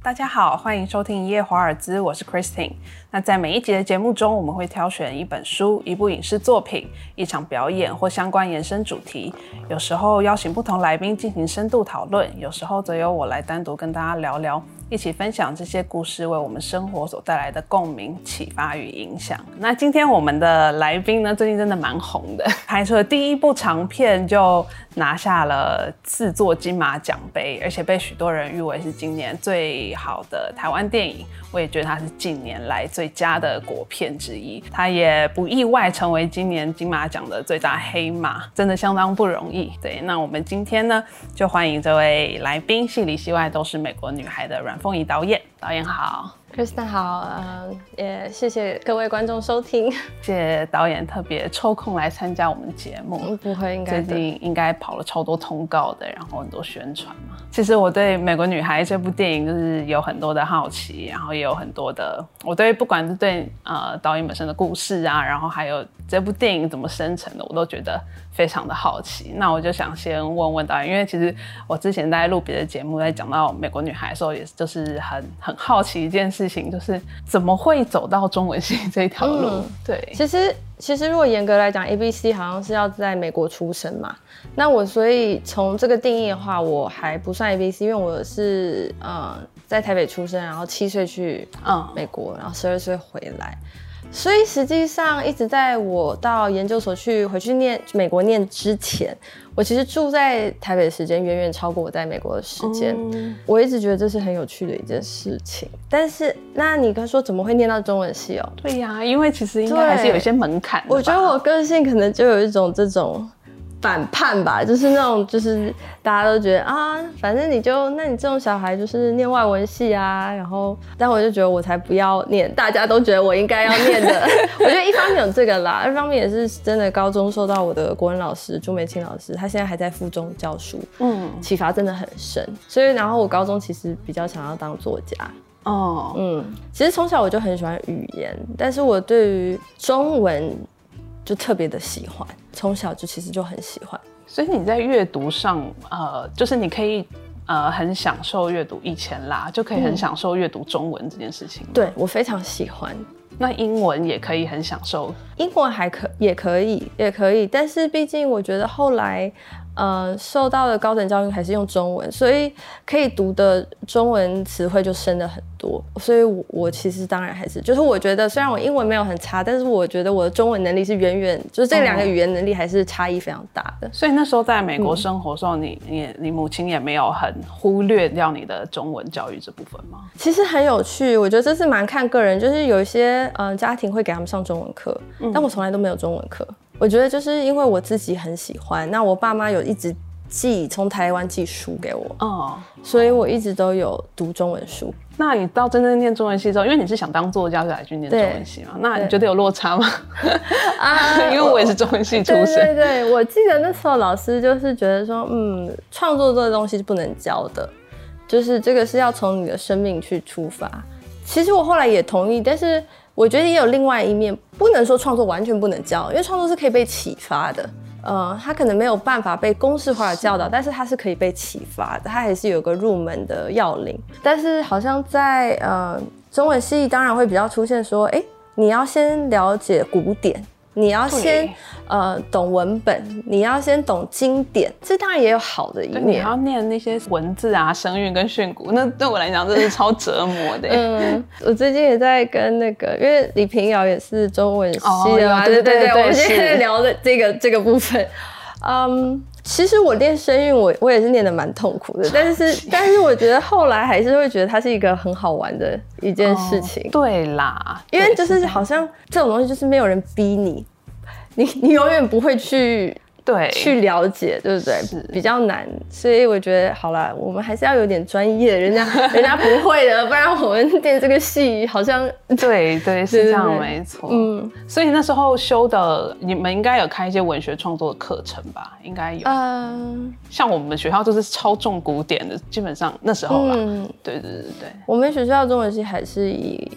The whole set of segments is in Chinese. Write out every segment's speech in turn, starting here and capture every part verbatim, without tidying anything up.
大家好，欢迎收听一夜华尔兹，我是 Christine。那在每一集的节目中，我们会挑选一本书、一部影视作品、一场表演或相关延伸主题，有时候邀请不同来宾进行深度讨论，有时候则由我来单独跟大家聊聊，一起分享这些故事为我们生活所带来的共鸣、启发与影响。那今天我们的来宾呢，最近真的蛮红的，拍出了第一部长片就拿下了四座金马奖杯，而且被许多人誉为是今年最好的台湾电影。我也觉得它是近年来最佳的国片之一，它也不意外成为今年金马奖的最大黑马，真的相当不容易。对，那我们今天呢，就欢迎这位来宾，戏里戏外都是美国女孩的阮凤仪导演。导演好。 Kristen 好，呃，也谢谢各位观众收听。 谢谢导演特别抽空来参加我们节目。 嗯，不会，应该最近应该跑了超多通告的，然后很多宣传嘛。其实我对《美国女孩》这部电影就是有很多的好奇，然后也有很多的，我对不管是对呃导演本身的故事啊，然后还有这部电影怎么生成的，我都觉得非常的好奇。那我就想先问问导演，因为其实我之前在录别的节目，在讲到《美国女孩》的时候，也就是很很好奇一件事情，就是怎么会走到中文系这一条路？嗯、对， 其实其实如果严格来讲 ，A B C 好像是要在美国出生嘛。那我所以从这个定义的话，我还不算 A B C， 因为我是呃在台北出生，然后七岁去美国，然后十二岁回来。所以实际上，一直在我到研究所去回去念美国念之前，我其实住在台北的时间远远超过我在美国的时间。嗯、我一直觉得这是很有趣的一件事情。但是，那你刚说怎么会念到中文系哦？ 对呀、啊，因为其实应该还是有一些门槛的吧。 我觉得我个性可能就有一种这种反叛吧，就是那种就是大家都觉得啊，反正你就那你这种小孩就是念外文系啊，然后但我就觉得我才不要念，大家都觉得我应该要念的。我觉得一方面有这个啦，二方面也是真的高中受到我的国文老师朱梅清老师，他现在还在附中教书，嗯，启发真的很深。所以然后我高中其实比较想要当作家。哦，嗯，其实从小我就很喜欢语言，但是我对于中文就特别的喜欢，从小就其实就很喜欢。 所以你在阅读上，呃，就是你可以呃很享受阅读，以前啦就可以很享受阅读中文这件事情。 对，我非常喜欢。 那英文也可以很享受， 英文还可也可以也可以，但是毕竟我觉得后来呃受到的高等教育还是用中文，所以可以读的中文词汇就深了很多。所以我，我其实当然还是就是我觉得虽然我英文没有很差，但是我觉得我的中文能力是远远就是这两个语言能力还是差异非常大的。 所以那时候在美国生活的时候，嗯、你你你母亲也没有很忽略掉你的中文教育这部分吗？ 其实很有趣，我觉得这是蛮看个人，就是有一些呃家庭会给他们上中文课，嗯、但我从来都没有中文课。我觉得就是因为我自己很喜欢，那我爸妈有一直寄从台湾寄书给我，哦，所以我一直都有读中文书。 那你到真正念中文系之后，因为你是想当作家才去念中文系嘛，那你觉得有落差吗？啊，因为我也是中文系出身。 对对对，我记得那时候老师就是觉得说，嗯，创作这个东西是不能教的，就是这个是要从你的生命去出发。其实我后来也同意，但是我觉得也有另外一面，不能说创作完全不能教，因为创作是可以被启发的。呃，它可能没有办法被公式化的教导，但是它是可以被启发的，它还是有个入门的要领。但是好像在呃中文系，当然会比较出现说，哎，你要先了解古典，你要先呃懂文本，你要先懂经典，这当然也有好的一面。 你要念那些文字啊、声韵跟训诂，那对我来讲真的是超折磨的。嗯， 我最近也在跟那个，因为李平遥也是中文系的嘛， 哦、对对 对, 对， 我们现在聊的这个这个部分，嗯。其实我练声韵，我我也是念得蛮痛苦的，但是但是我觉得后来还是会觉得它是一个很好玩的一件事情。 哦、对啦， 因为就是好像这种东西就是没有人逼你，你你永远不会去对去了解，对不对？比较难，所以我觉得好啦，我们还是要有点专业，人家人家不会的，不然我们念这个戏好像对对是这样没错。嗯，所以那时候修的你们应该有开一些文学创作的课程吧？应该有。嗯，像我们学校就是超重古典的，基本上那时候啦。嗯，对对对对。 我们学校中文系还是以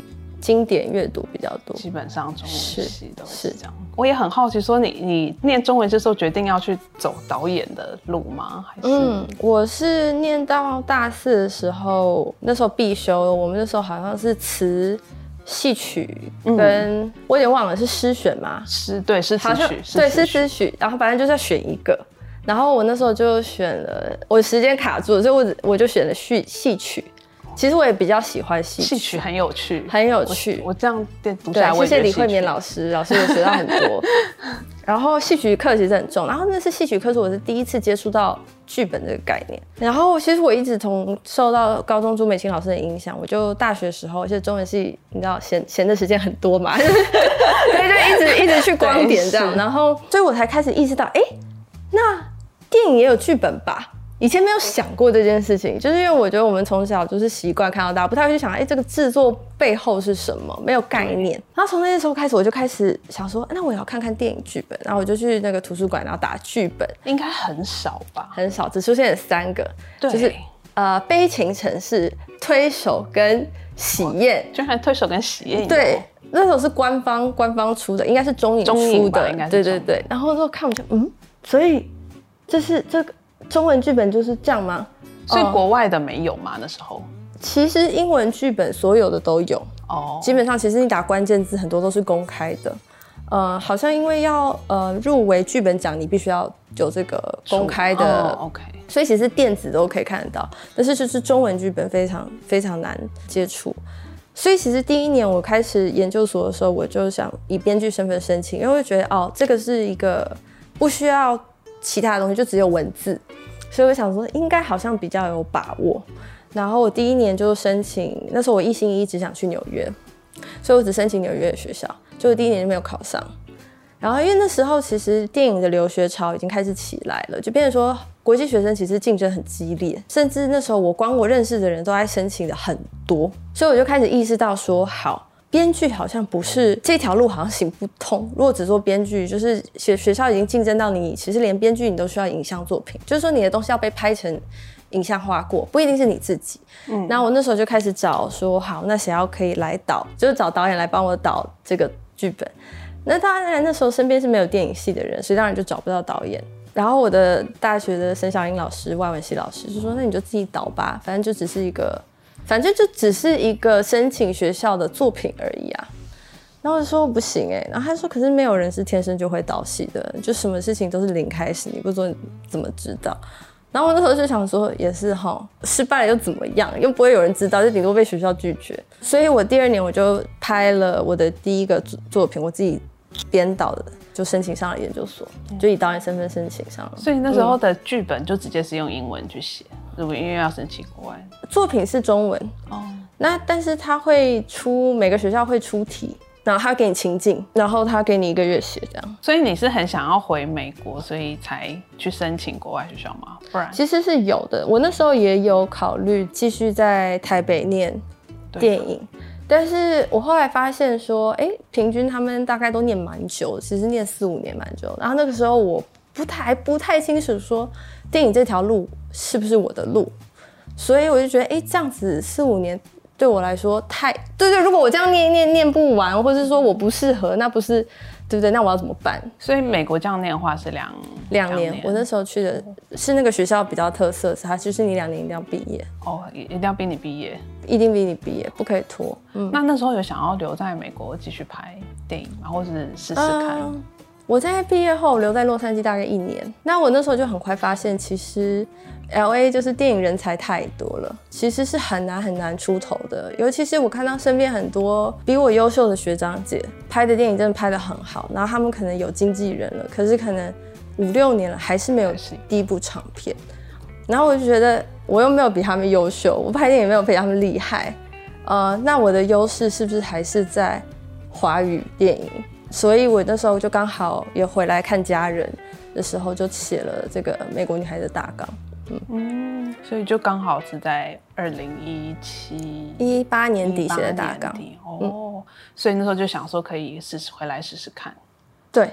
经典阅读比较多， 基本上中文系都是这样。 我也很好奇，说你你念中文系的时候决定要去走导演的路吗？还是？ 嗯，我是念到大四的时候，那时候必修，我们那时候好像是词、戏曲跟、嗯、我有点忘了是诗选吗？ 诗对诗词曲， 对是诗曲，然后反正就是要选一个。然后我那时候就选了，我时间卡住了，所以我我就选了戏戏曲。其实我也比较喜欢戏曲， 戏曲很有趣， 很有趣。 我, 我这样读下来， 对，谢谢李慧棉老师，老师也学到很多。然后戏曲课其实很重，然后那次戏曲课是我是第一次接触到剧本这个概念。然后其实我一直从受到高中朱美琴老师的影响，我就大学时候，其实中文系你知道闲闲的时间很多嘛，所以就一直一直去光点这样，然后所以我才开始意识到，哎，那电影也有剧本吧？以前没有想过这件事情，就是因为我觉得我们从小就是习惯看到大，不太会去想，哎、欸，这个制作背后是什么，没有概念。然后从那些时候开始，我就开始想说，那我也要看看电影剧本。然后我就去那个图书馆，然后打剧本， 应该很少吧？ 很少，只出现了三个， 对， 就是呃，悲情城市、推手跟喜宴， 居然推手跟喜宴， 对，那时候是官方官方出的，应该是中影出的， 应该是对对对。然后那时候看我就嗯，所以这是这个。中文剧本就是这样吗？ 所以国外的没有吗？那时候其实英文剧本所有的都有哦。基本上其实你打关键字很多都是公开的。呃，好像因为要呃入围剧本奖，你必须要有这个公开的、 哦、OK。 所以其实电子都可以看得到，但是就是中文剧本非常非常难接触。所以其实第一年我开始研究所的时候，我就想以编剧身份申请，因为我觉得哦，这个是一个不需要其他的东西，就只有文字。所以我想说，应该好像比较有把握。然后我第一年就申请，那时候我一心一意只想去纽约，所以我只申请纽约的学校，就我第一年就没有考上。然后因为那时候其实电影的留学潮已经开始起来了，就变成说国际学生其实竞争很激烈，甚至那时候我光我认识的人都在申请的很多，所以我就开始意识到说，好。编剧好像不是这条路，好像行不通。如果只做编剧，就是学学校已经竞争到你，其实连编剧你都需要影像作品，就是说你的东西要被拍成影像化过，不一定是你自己。嗯，然后我那时候就开始找说，好，那谁要可以来导，就是找导演来帮我导这个剧本。那当然那时候身边是没有电影系的人，所以当然就找不到导演。然后我的大学的沈小英老师、外文系老师就说，那你就自己导吧，反正就只是一个。反正就只是一个申请学校的作品而已啊，然后我就说不行哎、欸，然后他说可是没有人是天生就会导戏的，就什么事情都是零开始，你不做你怎么知道？然后我那时候就想说也是齁，失败了又怎么样？又不会有人知道，就顶多被学校拒绝。所以我第二年我就拍了我的第一个作品，我自己编导的，就申请上了研究所，就以导演身份申请上了。 所以那时候的剧本就直接是用英文去写。如果因为要申请国外， 作品是中文哦，那但是他会出每个学校会出题，然后他给你情境，然后他给你一个月写这样。 所以你是很想要回美国，所以才去申请国外学校吗？不然其实是有的，我那时候也有考虑继续在台北念电影，但是我后来发现说，哎、欸，平均他们大概都念蛮久的，其实念四五年蛮久的。然后那个时候我不太不太清楚说电影这条路是不是我的路，所以我就觉得，哎、欸，这样子四五年对我来说太对对，如果我这样念一念念不完，或是说我不适合，那不是对不对？那我要怎么办？ 所以美国这样念的话是两两年，我那时候去的是那个学校比较特色，是它就是你两年一定要毕业哦，一定要逼你毕业， 一定逼你毕业，不可以拖。 嗯，那那时候有想要留在美国继续拍电影吗？或是试试看？嗯我在毕业后留在洛杉矶大概一年，那我那时候就很快发现，其实 L A 就是电影人才太多了，其实是很难很难出头的。尤其是我看到身边很多比我优秀的学长姐拍的电影真的拍得很好，然后他们可能有经纪人了，可是可能五六年了还是没有第一部长片。然后我就觉得我又没有比他们优秀，我拍电影没有比他们厉害，呃，那我的优势是不是还是在华语电影？所以我那时候就刚好也回来看家人的时候，就写了这个美国女孩的大纲。嗯, 嗯所以就刚好是在二零一七一八年底写的大纲。 哦、嗯，所以那时候就想说可以试试回来试试看。 对，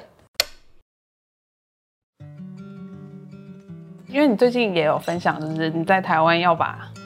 因为你最近也有分享，就是你在台湾要把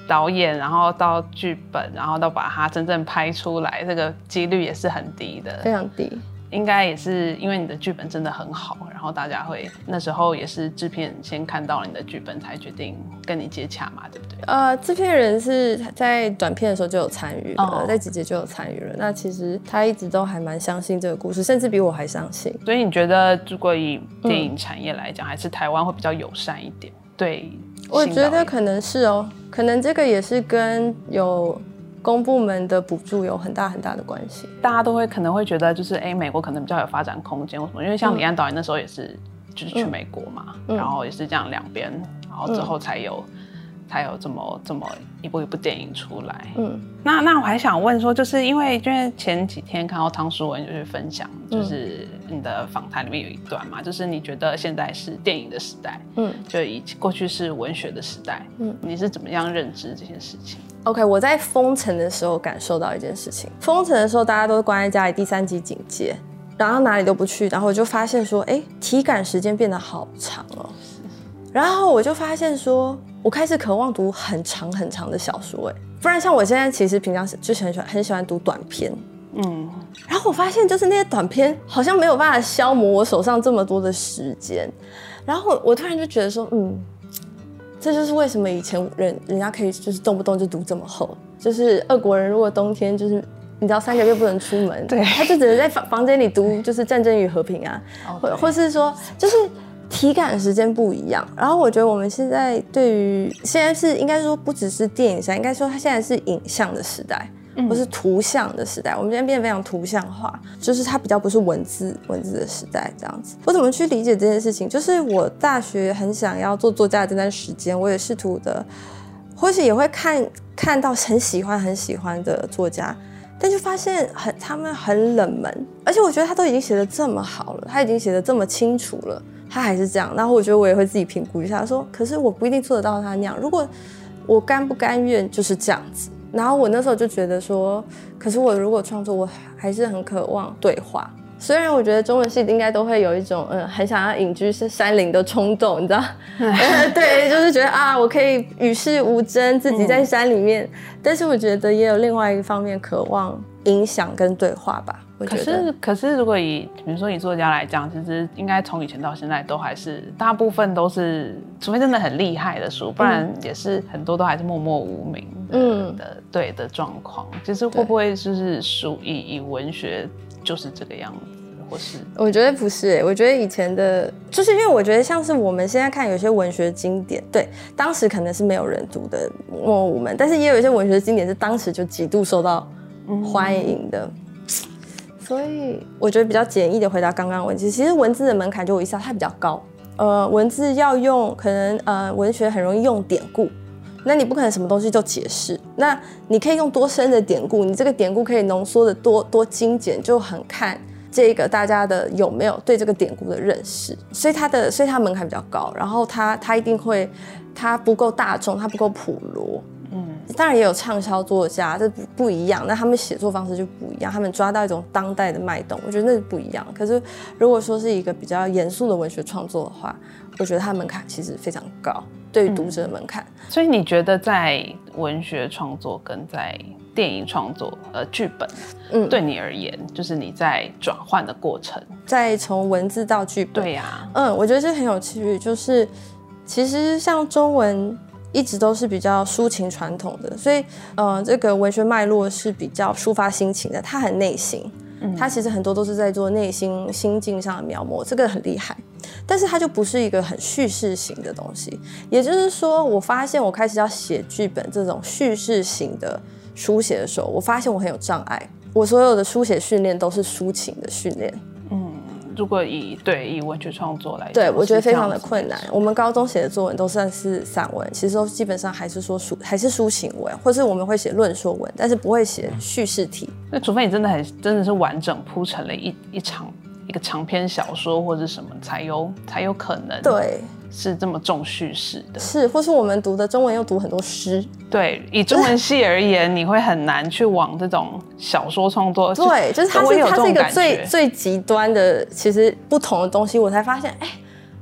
导演，然后到剧本，然后到把它真正拍出来，这个几率也是很低的， 非常低。 应该也是因为你的剧本真的很好，然后大家会那时候也是制片先看到了你的剧本才决定跟你接洽嘛，对不对？呃， 制片人是在短片的时候就有参与了，哦、在姐姐就有参与了。那其实他一直都还蛮相信这个故事，甚至比我还相信。 所以你觉得如果以电影产业来讲，嗯、还是台湾会比较友善一点？对， 我觉得可能是哦，可能这个也是跟有公部门的补助有很大很大的关系。 大家都会可能会觉得就是哎，美国可能比较有发展空间，为什么？因为像李安导演那时候也是就是去美国嘛，嗯、然后也是这样两边，然后之后才有、嗯、才有这么这么一部一部电影出来。嗯，那那我还想问说，就是因为因为前几天看到汤淑文就是分享，就是你的访谈里面有一段嘛，就是你觉得现在是电影的时代，嗯，就以过去是文学的时代，嗯，你是怎么样认知这件事情？ OK， 我在封城的时候感受到一件事情。封城的时候，大家都关在家里，第三级警戒，然后哪里都不去，然后我就发现说，哎，体感时间变得好长哦。然后我就发现说，我开始渴望读很长很长的小说，哎，不然像我现在其实平常就是很喜欢很喜欢读短篇，嗯。然后我发现就是那些短篇好像没有办法消磨我手上这么多的时间，然后我突然就觉得说，嗯。这就是为什么以前人人家可以就是动不动就读这么厚，就是俄国人如果冬天就是你知道三个月不能出门，对，他就只能在房房间里读就是《战争与和平》啊，或或是说就是体感时间不一样。然后我觉得我们现在对于现在是应该说不只是电影时代，应该说它现在是影像的时代。或是图像的时代，我们现在变得非常图像化，就是它比较不是文字文字的时代这样子。我怎么去理解这件事情？就是我大学很想要做作家的这段时间，我也试图的，或许也会看看到很喜欢很喜欢的作家，但就发现很他们很冷门，而且我觉得他都已经写得这么好了，他已经写得这么清楚了，他还是这样。然后我觉得我也会自己评估一下，说，可是我不一定做得到他那样。如果我甘不甘愿就是这样子。然后我那时候就觉得说，可是我如果创作，我还是很渴望对话。虽然我觉得中文系应该都会有一种嗯很想要隐居山林的冲动，你知道？对，就是觉得啊，我可以与世无争，自己在山里面。嗯、但是我觉得也有另外一方面，渴望影响跟对话吧。我觉得。可是，可是如果以比如说以作家来讲，其实应该从以前到现在都还是大部分都是，除非真的很厉害的书，不然也是很多都还是默默无名的。嗯的对的状况，其实会不会就是属以以文学就是这个样子，或是？ 我觉得不是、欸，我觉得以前的，就是因为我觉得像是我们现在看有些文学经典，对，当时可能是没有人读的默默无闻，但是也有一些文学经典是当时就极度受到欢迎的。嗯、所以我觉得比较简易的回答刚刚的问题，其实文字的门槛就我意识到它比较高，呃，文字要用可能呃文学很容易用典故。那你不可能什么东西都解释，那你可以用多深的典故，你这个典故可以浓缩的多多精简，就很看这个大家的有没有对这个典故的认识，所以它的所以它门槛比较高，然后它它一定会它不够大众，它不够普罗。嗯，当然也有畅销作家，这 不, 不一样，那他们写作方式就不一样，他们抓到一种当代的脉动，我觉得那是不一样。可是如果说是一个比较严肃的文学创作的话，我觉得它门槛其实非常高，对于读者的门槛、嗯。 所以你觉得在文学创作跟在电影创作，呃，剧本，嗯，对你而言，就是你在转换的过程， 再从文字到剧本， 对呀、啊， 嗯，我觉得这很有趣，就是其实像中文。一直都是比较抒情传统的，所以呃，这个文学脉络是比较抒发心情的，它很内心，嗯、它其实很多都是在做内心心境上的描摹，这个很厉害。但是它就不是一个很叙事型的东西，也就是说，我发现我开始要写剧本这种叙事型的书写的时候，我发现我很有障碍，我所有的书写训练都是抒情的训练。 如果以对以文学创作来讲， 对我觉得非常的困难。我们高中写的作文都算是散文，其实都基本上还是说抒还是抒情文，或是我们会写论说文，但是不会写叙事体。 那除非你真的很真的是完整铺成了一一场一个长篇小说或者什么，才有才有可能对是这么重叙事的。 是，或是我们读的中文又读很多诗。 对，以中文系而言，你会很难去往这种小说创作。 对，就是它是它是一个最最极端的，其实不同的东西，我才发现，哎、欸，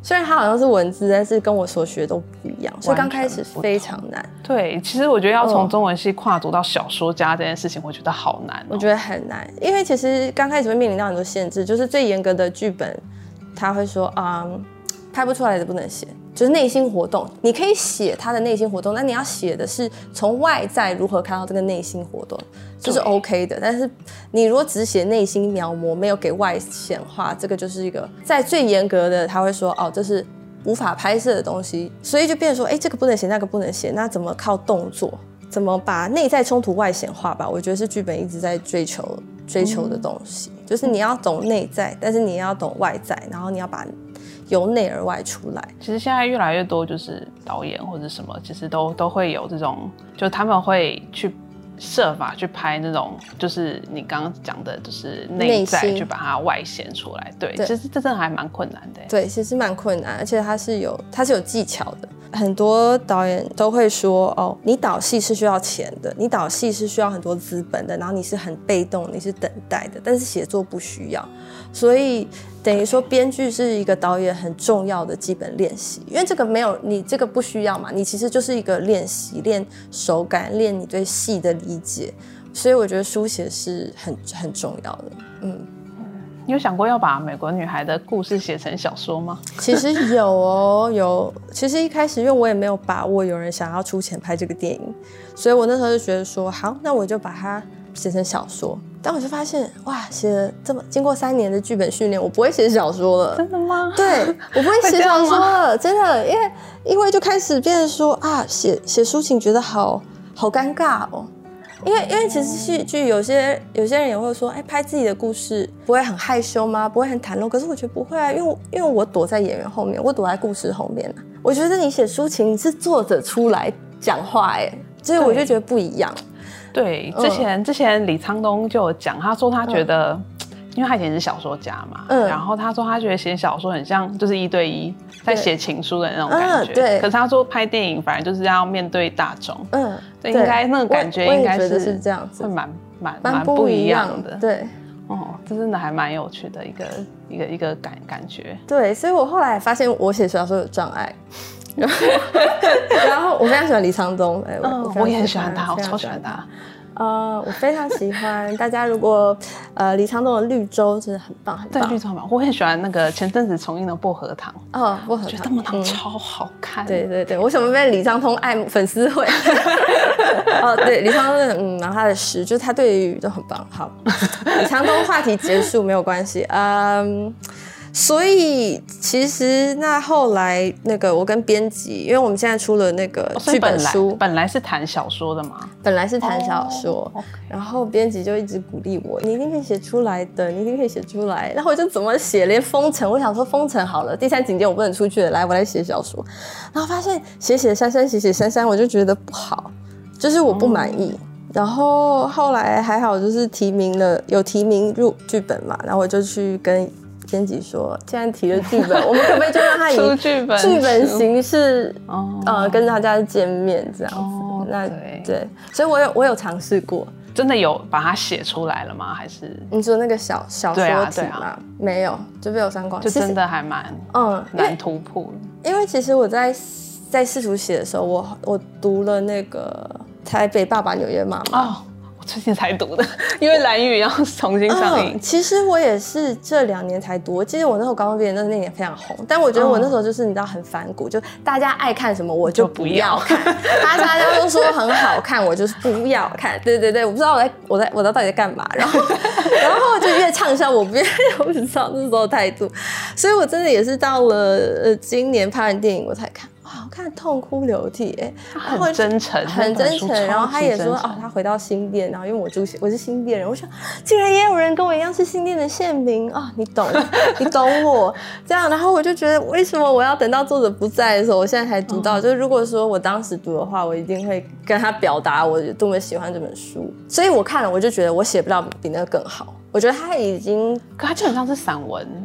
虽然它好像是文字，但是跟我所学都不一样，所以刚开始非常难。 对，其实我觉得要从中文系跨足到小说家这件事情，我觉得好难、哦。 我觉得很难，因为其实刚开始会面临到很多限制，就是最严格的剧本，他会说啊、嗯，拍不出来的不能写。就是内心活动，你可以写他的内心活动，但你要写的是从外在如何看到这个内心活动，这是 OK 的。但是你如果只写内心描摹，没有给外显化，这个就是一个在最严格的，他会说哦，这是无法拍摄的东西，所以就变成说，哎，这个不能写，那个不能写，那怎么靠动作，怎么把内在冲突外显化吧？我觉得是剧本一直在追求追求的东西，嗯、就是你要懂内在，但是你要懂外在，然后你要把由内而外出来。 其实现在越来越多就是导演或者什么，其实都都会有这种，就他们会去设法去拍那种，就是你刚刚讲的，就是内在去把它外显出来。对，对，其实这真的还蛮困难的。 对，其实蛮困难，而且它是有它是有技巧的。很多导演都会说，哦，你导戏是需要钱的，你导戏是需要很多资本的，然后你是很被动，你是等待的，但是写作不需要，所以等于说编剧是一个导演很重要的基本练习，因为这个没有你这个不需要嘛，你其实就是一个练习，练手感，练你对戏的理解，所以我觉得书写是很很重要的。嗯， 你有想过要把美国女孩的故事写成小说吗？ 其实有哦，有。其实一开始因为我也没有把握有人想要出钱拍这个电影，所以我那时候就觉得说，好，那我就把它写成小说。但我就发现，哇，写了这么经过三年的剧本训练，我不会写小说了。 真的吗？ 对，我不会写小说了，真的，因为因为就开始变成说啊，写写抒情觉得好好尴尬哦。因为因为其实戏剧有些有些人也会说，哎，拍自己的故事不会很害羞吗？不会很袒露？可是我觉得不会啊，因为因为我躲在演员后面，我躲在故事后面啊。我觉得你写抒情，你是作者出来讲话，哎，所以我就觉得不一样。 对，之前、嗯、之前李沧东就有讲，他说他觉得，嗯、因为他以前是小说家嘛，嗯、然后他说他觉得写小说很像就是一对一在写情书的那种感觉，嗯、对。可是他说拍电影反而就是要面对大众，嗯，对，应该那个感觉应该是是这样子， 会蛮蛮蛮不一样的， 对。 哦，这真的还蛮有趣的一个一个一个感感觉。 对，所以我后来发现我写小说有障碍。然后，然后我非常喜欢李沧东，哎、欸， 嗯，我, 我也很喜欢他，我超喜欢他。 呃，我非常喜欢。大家如果呃李沧东的《绿洲》真的很棒，很棒。 对，绿洲很棒。我很喜欢那个前阵子重映的《薄荷糖》。 哦，薄荷糖， 我觉得薄荷糖超好看。 嗯、对对对，我想被李沧东爱粉丝会。哦，对，李沧东嗯，然后他的诗，就是他对于都很棒。好，李沧东话题结束没有关系。嗯。所以其实那后来那个我跟编辑，因为我们现在出了那个剧本书， 哦、本, 来本来是谈小说的嘛， 本来是谈小说， oh, okay. 然后编辑就一直鼓励我，你一定可以写出来的，你一定可以写出来。然后我就怎么写，连封城，我想说封城好了，第三景点我不能出去了，来我来写小说，然后发现写写删删写写删删，我就觉得不好，就是我不满意。嗯，然后后来还好，就是提名了，有提名入剧本嘛，然后我就去跟编辑说，既然提了剧本，我们可不可以就让他以剧本剧本形式，哦、呃，跟大家见面这样子？哦、那 对, 对，所以我有我有尝试过， 真的有把它写出来了吗？还是你说那个小小说体吗？ 对啊对啊、 没有，就被我删光， 就真的还蛮嗯难突破。 因为其实我在在试图写的时候，我我读了那个台北爸爸纽约妈妈。哦， 我最近才读的，因为蓝宇要重新上映、 嗯。其实我也是这两年才读。我记得我那时候高中毕业那那年非常红，但我觉得我那时候就是你知道很反骨，就大家爱看什么我就不要看，大家大家都说很好看，我就是不要看。对对对，我不知道我在我在我在到底在干嘛，然后然后就越畅销我不愿意，我不知道那时候态度，所以我真的也是到了呃今年拍完电影我才看。好看，痛哭流涕，哎、 欸，很真诚， 很真诚。然后他也说，哦，他回到新店，然后因为我住我是新店人，我想，竟然也有人跟我一样是新店的县民啊、哦，你懂，你懂我这样。然后我就觉得，为什么我要等到作者不在的时候，我现在才读到？嗯、就是如果说我当时读的话，我一定会跟他表达我多么喜欢这本书。所以我看了，我就觉得我写不到比那个更好。我觉得他已经， 可他基本上是散文。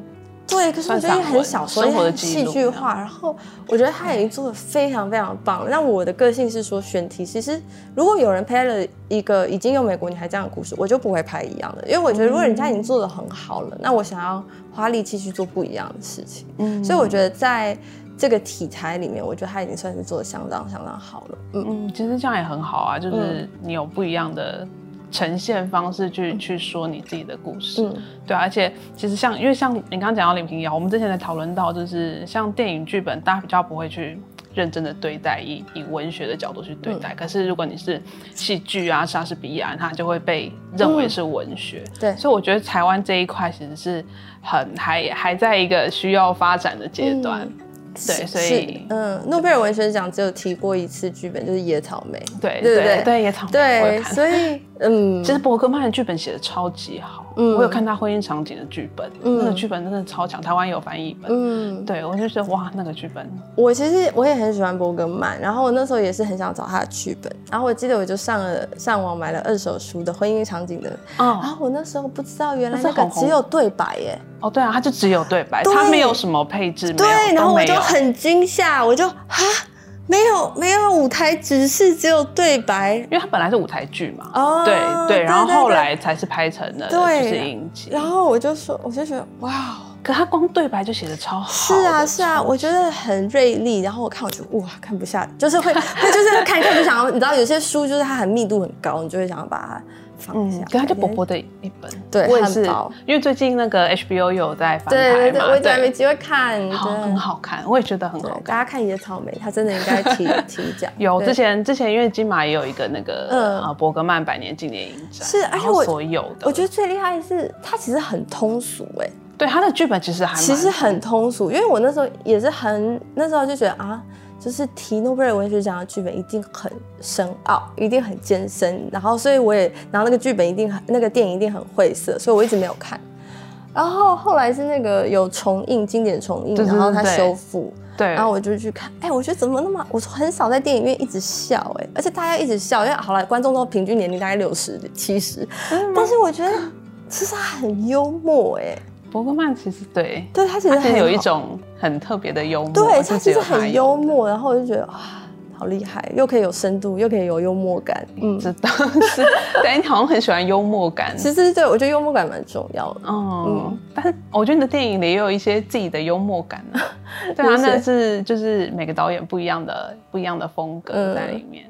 对，可是我觉得很小说， 生活的戏剧化，然后我觉得他已经做得非常非常棒了。那我的个性是说，选题其实如果有人拍了一个已经有美国女孩这样的故事，我就不会拍一样的，因为我觉得如果人家已经做得很好了，那我想要花力气去做不一样的事情。嗯，所以我觉得在这个题材里面，我觉得他已经算是做得相当相当好了。嗯嗯，其实这样也很好啊，就是你有不一样的呈现方式去、嗯、去说你自己的故事。嗯，对啊，而且其实像因为像你刚刚讲到林平遥，我们之前在讨论到，就是像电影剧本，大家比较不会去认真的对待，以以文学的角度去对待。嗯、可是如果你是戏剧啊、莎士比亚，它就会被认为是文学。嗯、对，所以我觉得台湾这一块其实是很还还在一个需要发展的阶段。嗯，对，所以嗯，诺贝尔文学奖只有提过一次剧本，就是《野草莓》。 对对对对，野草莓。 对，所以嗯， 其实伯格曼的剧本写的超级好。嗯，我有看他婚姻场景的剧本，嗯、那个剧本真的超强，台湾有翻译本。嗯，对，我就觉得哇，那个剧本。 我其实我也很喜欢伯格曼，然后我那时候也是很想找他的剧本，然后我记得我就上了上网买了二手书的婚姻场景的，哦、然后我那时候不知道原来那个只有对白耶。 哦，对啊，他就只有对白，他没有什么配置， 对，然后我就很惊吓，我就哈。没有没有舞台指示，只有对白， 因为它本来是舞台剧嘛，哦，对对，然后后来才是拍成了就是影集。 然后我就说，我就觉得哇， 可他光对白就写得超好。 是啊是啊，我觉得很锐利。然后我看我就哇看不下，就是会会就是看一看就想要，你知道有些书就是它很密度很高，你就会想要把它放下。 嗯，可它就薄薄的一本， 对， 我也是， 很薄。 因为最近那个 H B O 有在翻拍嘛， 对对对，我一直还没机会看， 好，很好看，我也觉得很好看。 大家看《野草莓》，它真的应该提提奖。 有之前之前因为金马也有一个那个嗯、呃、伯格曼百年纪念影展， 是，而且我所有的， 我觉得最厉害的是它其实很通俗哎、欸。 对，他的剧本其实还蛮其实很通俗，因为我那时候也是很那时候就觉得啊。就是提诺贝尔文学奖的剧本一定很深奥，一定很艰深，然后所以我也，然后那个剧本一定很，那个电影一定很晦涩，所以我一直没有看。然后后来是那个有重映，经典重映， 对对对， 然后它修复， 对， 然后我就去看，哎、欸，我觉得怎么那么，我很少在电影院一直笑、欸，哎，而且大家一直笑，因为好了，观众都平均年龄大概六十七十，但是我觉得其实他很幽默、欸，哎。 伯格曼其实对， 对他其实很有一种很特别的幽默， 对他其实很幽默，然后我就觉得啊，好厉害，又可以有深度，又可以有幽默感。 嗯，知道是，对，你好像很喜欢幽默感。 其实对我觉得幽默感蛮重要的。嗯嗯，但是我觉得你的电影里也有一些自己的幽默感啊。对啊，那是就是每个导演不一样的不一样的风格在里面。嗯，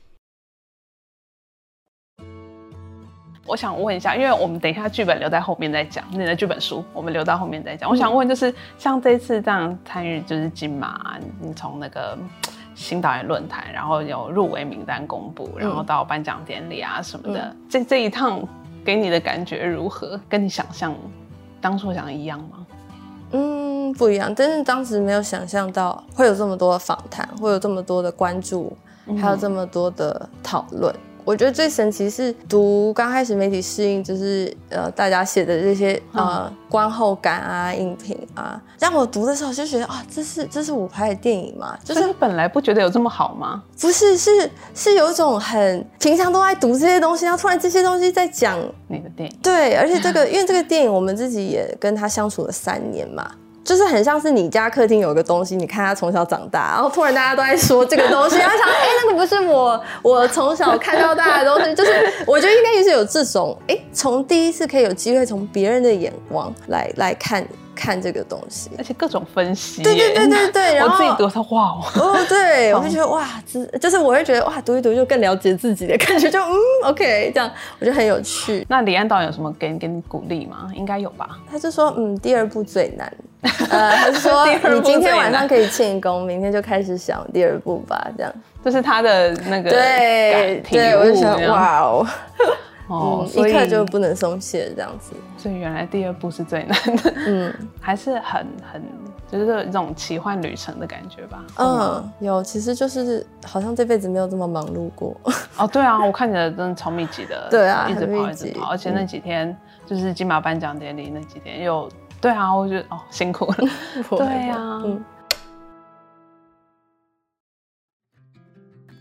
我想问一下，因为我们等一下剧本留在后面再讲，你的剧本书我们留到后面再讲。我想问，就是像这次这样参与就是金马，你从那个新导演论坛，然后有入围名单公布，然后到颁奖典礼啊什么的，嗯、这这一趟给你的感觉如何？跟你想象当初想的一样吗？ 嗯，不一样，但是当时没有想象到会有这么多的访谈，会有这么多的关注，还有这么多的讨论。我觉得最神奇是读刚开始媒体适应，就是呃大家写的这些呃观后感啊、影评啊，让我读的时候就觉得啊，这是这是我拍的电影吗？ 就是你本来不觉得有这么好吗？ 不是，是是有一种很平常都在读这些东西，然后突然这些东西在讲你的电影。对， 而且这个因为这个电影我们自己也跟他相处了三年嘛。就是很像是你家客厅有一个东西，你看他从小长大，然后突然大家都在说这个东西，然后想，哎、欸，那个不是我我从小看到大的东西，就是我觉得应该也是有这种，哎、欸，从第一次可以有机会从别人的眼光来来看看这个东西， 而且各种分析， 对对对对对，然后我自己读说哇， 哦，对，我就觉得哇，就是我会觉得哇，读一读就更了解自己的感觉，就嗯 ，OK， 这样我觉得很有趣。 那李安导演有什么给你给你鼓励吗？应该有吧？ 他就说，嗯，第二部最难。呃，他说你今天晚上可以庆功，明天就开始想第二部吧，这样。 这是他的那个对对，我就想哇哦， 哦， 嗯、一刻就不能松懈这样子。 所以原来第二部是最难的，嗯，还是很很就是这种奇幻旅程的感觉吧。 嗯，有，其实就是好像这辈子没有这么忙碌过。 哦，对啊，我看起来真的超密集的， 对啊， 一直跑一直跑，而且那几天就是金马颁奖典礼那几天又。对啊，我觉得哦辛苦了。对啊，嗯。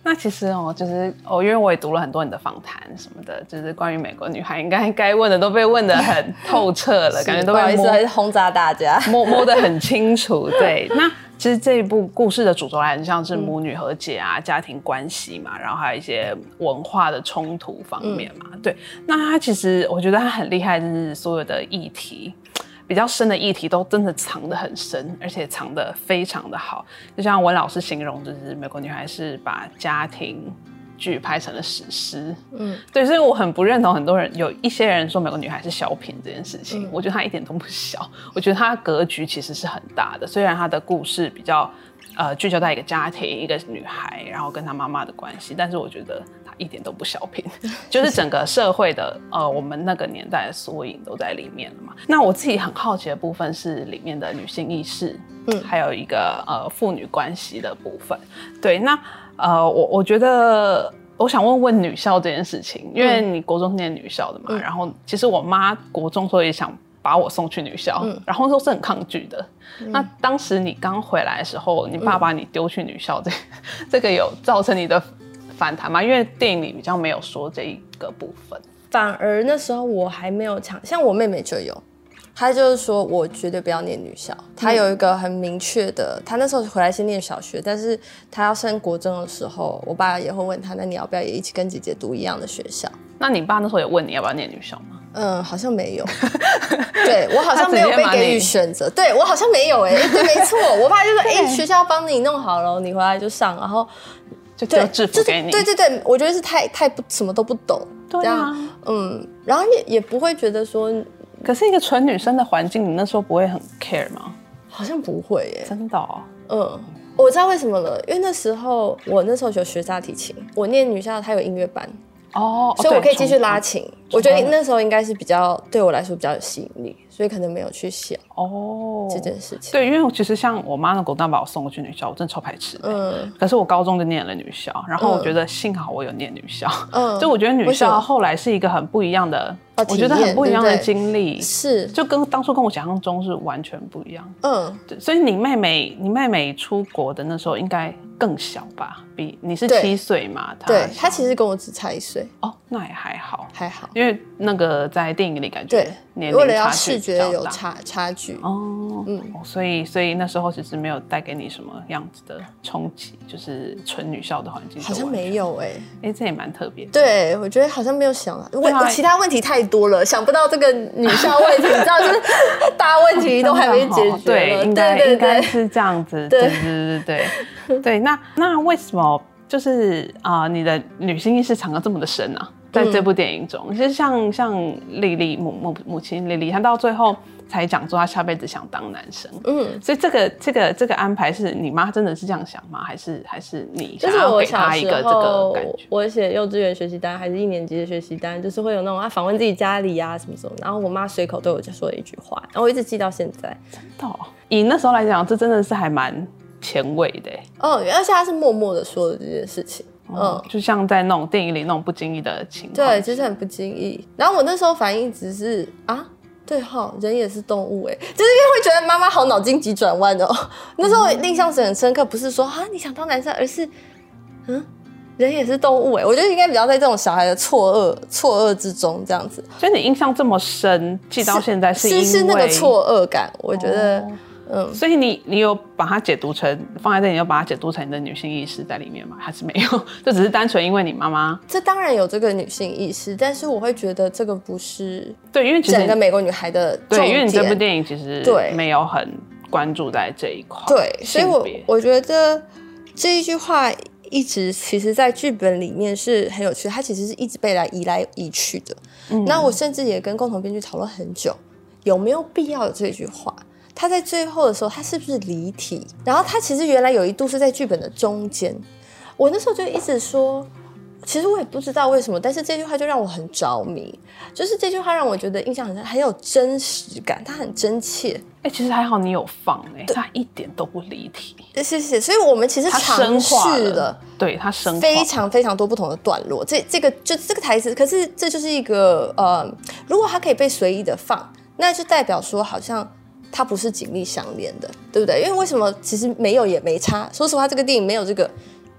那其实哦，就是哦，因为我也读了很多你的访谈什么的，就是关于美国女孩，应该该问的都被问得很透彻了，感觉都被摸， 不好意思，还是轰炸大家， 摸摸得很清楚。对，那其实这一部故事的主轴来很像是母女和解啊、嗯、家庭关系嘛，然后还有一些文化的冲突方面嘛。嗯、对，那它其实我觉得它很厉害，就是所有的议题。比较深的议题都真的藏得很深，而且藏得非常的好。就像文老师形容，就是《美国女孩》是把家庭剧拍成了史诗。嗯，对，所以我很不认同很多人有一些人说《美国女孩》是小品这件事情。嗯、我觉得它一点都不小，我觉得它的格局其实是很大的。虽然它的故事比较呃聚焦在一个家庭、一个女孩，然后跟她妈妈的关系，但是我觉得它一点都不小品，就是整个社会的呃我们那个年代的缩影都在里面了嘛。那我自己很好奇的部分是里面的女性意识，嗯，还有一个呃父女关系的部分。对，那呃我我觉得我想问问女校这件事情，因为你国中是念女校的嘛，嗯、然后其实我妈国中所以想把我送去女校，嗯、然后都是很抗拒的。嗯、那当时你刚回来的时候，你爸把你丢去女校，这、嗯、这个有造成你的反弹吗？因为电影里比较没有说这一个部分。 反而那时候我还没有强，像我妹妹就有，她就是说我绝对不要念女校。她有一个很明确的，她那时候回来是念小学，但是她要升国中的时候，我爸也会问她，那你要不要也一起跟姐姐读一样的学校？ 那你爸那时候也问你要不要念女校吗？ 嗯，好像没有。对，我好像没有被给予选择。对，我好像没有哎、欸，对，没错。我爸就说，哎、欸，学校帮你弄好了，你回来就上，然后就只有制服给你。 对对对，我觉得是太太不什么都不懂。 对啊， 嗯，然后也也不会觉得说， 可是一个纯女生的环境，你那时候不会很 care 吗？ 好像不会耶、欸， 真的哦。 嗯，我知道为什么了，因为那时候我那时候就学大提琴，我念女校，它有音乐班。 哦， 所以我可以继续拉琴。我觉得那时候应该是比较对我来说比较有吸引力，所以可能没有去想哦这件事情。 对，因为其实像我妈的狗蛋把我送过去女校，我真的超排斥的。嗯，可是我高中就念了女校，然后我觉得幸好我有念女校。嗯，就我觉得女校后来是一个很不一样的，哦、我觉得很不一样的经历，是就跟当初跟我想象中是完全不一样。嗯，对，所以你妹妹，你妹妹出国的那时候应该更小吧？比你是七岁嘛？ 对，她其实跟我只差一岁。 哦，那也还好， 还好， 因为那个在电影里感觉对年龄为了要视觉有差差距哦，嗯，所以所以那时候其实没有带给你什么样子的冲击，就是纯女校的环境， 好像没有哎、欸， 哎、欸，这也蛮特别的。 对，我觉得好像没有想啊，我我其他问题太多了，想不到这个女校问题，你知道，就是大问题都还没解决。 对，应该应该是这样子。对对对对对对。那那为什么就是啊、呃，你的女性意识藏得这么的深啊？在这部电影中，其实、嗯、像像莉莉母母母亲莉莉，她到最后才讲说她下辈子想当男生。嗯，所以这个这个这个安排是你妈真的是这样想吗？还是还是你想要给她一个这个感觉？ 我写幼稚园学习单还是一年级的学习单，就是会有那种啊访问自己家里啊什么什么，然后我妈随口对我就说了一句话，然后我一直记到现在。 真的、哦，以那时候来讲，这真的是还蛮前卫的。哦， 而且她是默默的说的这件事情。 嗯，就像在那种电影里那种不经意的情况， 对，就是很不经意。然后我那时候反应只是啊，对齁，人也是动物哎，就是因为会觉得妈妈好脑筋急转弯哦。那时候印象是很深刻，不是说啊你想当男生，而是嗯，人也是动物哎。我觉得应该比较在这种小孩的错愕错愕之中这样子。 所以你印象这么深，记到现在是因为是是那个错愕感，我觉得。哦嗯，所以你你有把它解读成放在这里，你有把它解读成你的女性意识在里面吗？还是没有？就只是单纯因为你妈妈？ 这当然有这个女性意识，但是我会觉得这个不是对，因为整个美国女孩的重点。 对，因为你这部电影其实没有很关注在这一块。 对，所以我我觉得这一句话一直其实在剧本里面是很有趣的，它其实是一直被来移来移去的。嗯，那我甚至也跟共同编剧讨论很久，有没有必要有这句话？他在最后的时候，他是不是离题？然后他其实原来有一度是在剧本的中间。我那时候就一直说，其实我也不知道为什么，但是这句话就让我很着迷。就是这句话让我觉得印象很深，很有真实感，它很真切。 哎、欸，其实还好你有放哎、欸，它一点都不离题。 谢谢。所以我们其实尝试了， 对它深化非常非常多不同的段落。这这个就这个台词，可是这就是一个呃，如果它可以被随意的放，那就代表说好像。它不是紧密相连的，对不对？因为为什么其实没有也没差。说实话，这个电影没有这个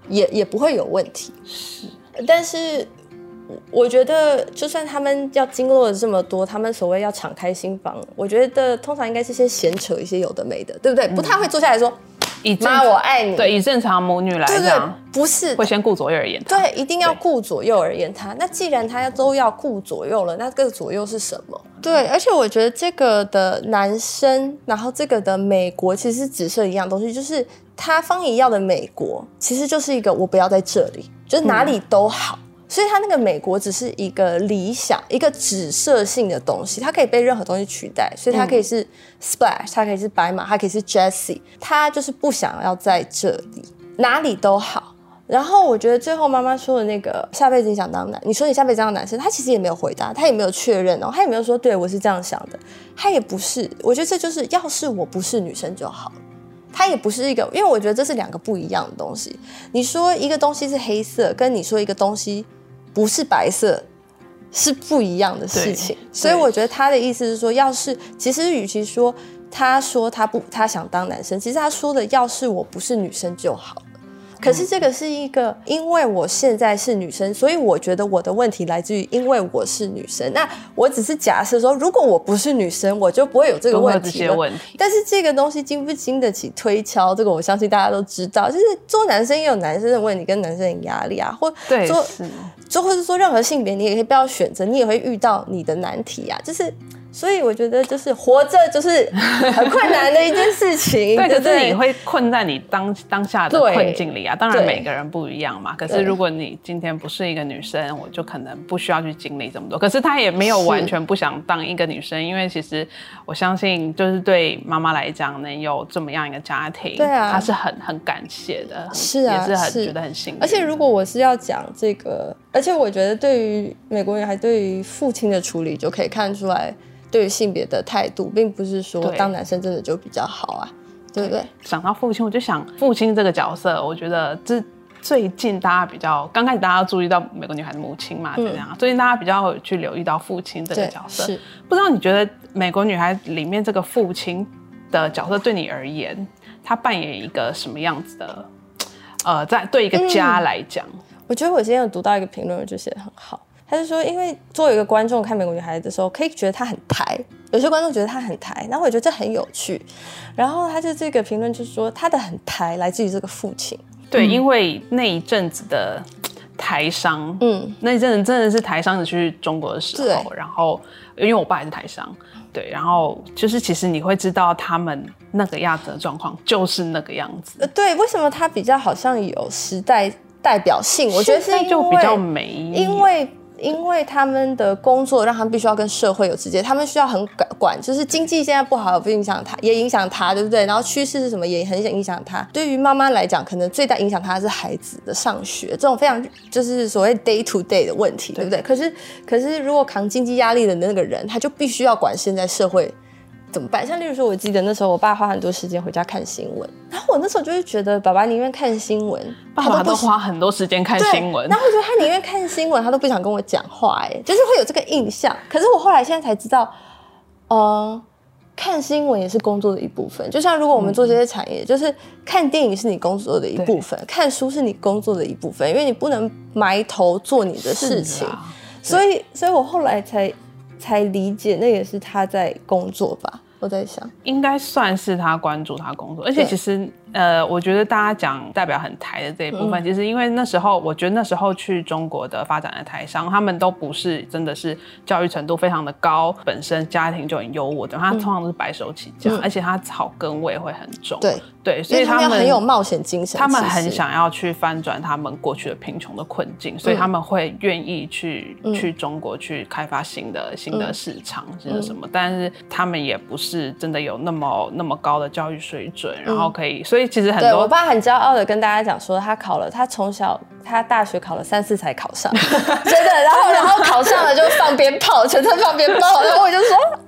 也也不会有问题。 是， 但是我觉得就算他们要经过了这么多，他们所谓要敞开心房，我觉得通常应该是先闲扯一些有的没的，对不对？嗯、不太会坐下来说妈我爱你。 对，以正常母女来讲， 不是会先顾左右而言他。 对，一定要顾左右而言他。那既然他都要顾左右了，那这个左右是什么？对，而且我觉得这个的男生，然后这个的美国其实只是一样东西，就是他方怡要的美国其实就是一个我不要在这里，就是哪里都好。嗯，所以他那个美国只是一个理想，一个指涉性的东西，它可以被任何东西取代，所以它可以是 Splash， 它可以是白马，它可以是 Jessie， 他就是不想要在这里，哪里都好。然后我觉得最后妈妈说的那个下辈子你想当男，你说你下辈子当男生，他其实也没有回答，他也没有确认哦，他也没有说对我是这样想的，他也不是。我觉得这就是要是我不是女生就好了。它也不是一个，因为我觉得这是两个不一样的东西。你说一个东西是黑色，跟你说一个东西不是白色是不一样的事情。所以我觉得他的意思是说，要是其实与其说他说他不他想当男生，其实他说的要是我不是女生就好了。可是这个是一个，因为我现在是女生，所以我觉得我的问题来自于因为我是女生。那我只是假设说，如果我不是女生，我就不会有这个问题了。但是这个东西经不经得起推敲，这个我相信大家都知道。就是做男生也有男生的问题跟男生的压力啊，或做做或是说任何性别，你也可以不要选择，你也会遇到你的难题啊，就是。所以我觉得就是活着就是很困难的一件事情。 对，可是你会困在你 当, 当下的困境里啊。当然每个人不一样嘛。可是如果你今天不是一个女生，我就可能不需要去经历这么多。可是她也没有完全不想当一个女生，因为其实我相信，就是对妈妈来讲，能有这么样一个家庭，对啊，她是很很感谢的， 是啊， 也是很觉得很幸运。 而且如果我是要讲这个，而且我觉得对于美国人还对于父亲的处理，就可以看出来。对于性别的态度，并不是说当男生真的就比较好啊， 对, 对不对？ 想到父亲，我就想父亲这个角色，我觉得这最近大家比较刚开始大家注意到美国女孩的母亲嘛，嗯、这样，最近大家比较有去留意到父亲这个角色。是，不知道你觉得美国女孩里面这个父亲的角色对你而言，他扮演一个什么样子的？呃，在对一个家来讲、嗯， 我觉得我今天有读到一个评论，我就写得很好。他就说，因为作为一个观众看美国女孩的时候，可以觉得她很台，有些观众觉得她很台，然后我觉得这很有趣。然后他就这个评论就是说，她的很台来自于这个父亲。 对，嗯、因为那一阵子的台商，嗯，那一阵子真的是台商的去中国的时候，然后因为我爸也是台商，对，然后就是其实你会知道他们那个样子的状况就是那个样子。 呃，对，为什么他比较好像有时代代表性？我觉得是因为就比较没， 因为。因为他们的工作让他们必须要跟社会有直接，他们需要很管，就是经济现在不好，不影响他，也影响他，对不对？然后趋势是什么，也很影响他。对于妈妈来讲，可能最大影响他的是孩子的上学，这种非常就是所谓 day to day 的问题， 对, 对不对？可是，可是如果扛经济压力的那个人，他就必须要管现在社会怎么办？像例如说，我记得那时候我爸花很多时间回家看新闻，然后我那时候就会觉得，爸爸宁愿看新闻， 爸爸都花很多时间看新闻， 然后我觉得他宁愿看新闻，他都不想跟我讲话，哎，就是会有这个印象。可是我后来现在才知道，呃，看新闻也是工作的一部分。就像如果我们做这些产业，嗯、就是看电影是你工作的一部分，看书是你工作的一部分，因为你不能埋头做你的事情。所以，所以我后来才才理解，那也是他在工作吧。我在想， 应该算是他关注他工作，而且其实呃，我觉得大家讲代表很台的这一部分，嗯、其实因为那时候，我觉得那时候去中国的发展的台商，他们都不是真的是教育程度非常的高，本身家庭就很优渥的，他通常都是白手起家，嗯、而且他草根味会很重， 对对，所以他 们, 他们很有冒险精神， 他们很想要去翻转他们过去的贫穷的困境，所以他们会愿意去、嗯、去中国去开发新的新的市场，新的什么，嗯、但是他们也不是真的有那么那么高的教育水准，然后可以，所以其实很多， 对，我爸很骄傲的跟大家讲说，他考了，他从小他大学考了三次才考上，真的，然后然后考上了就放鞭炮，全程放鞭炮，然后我就说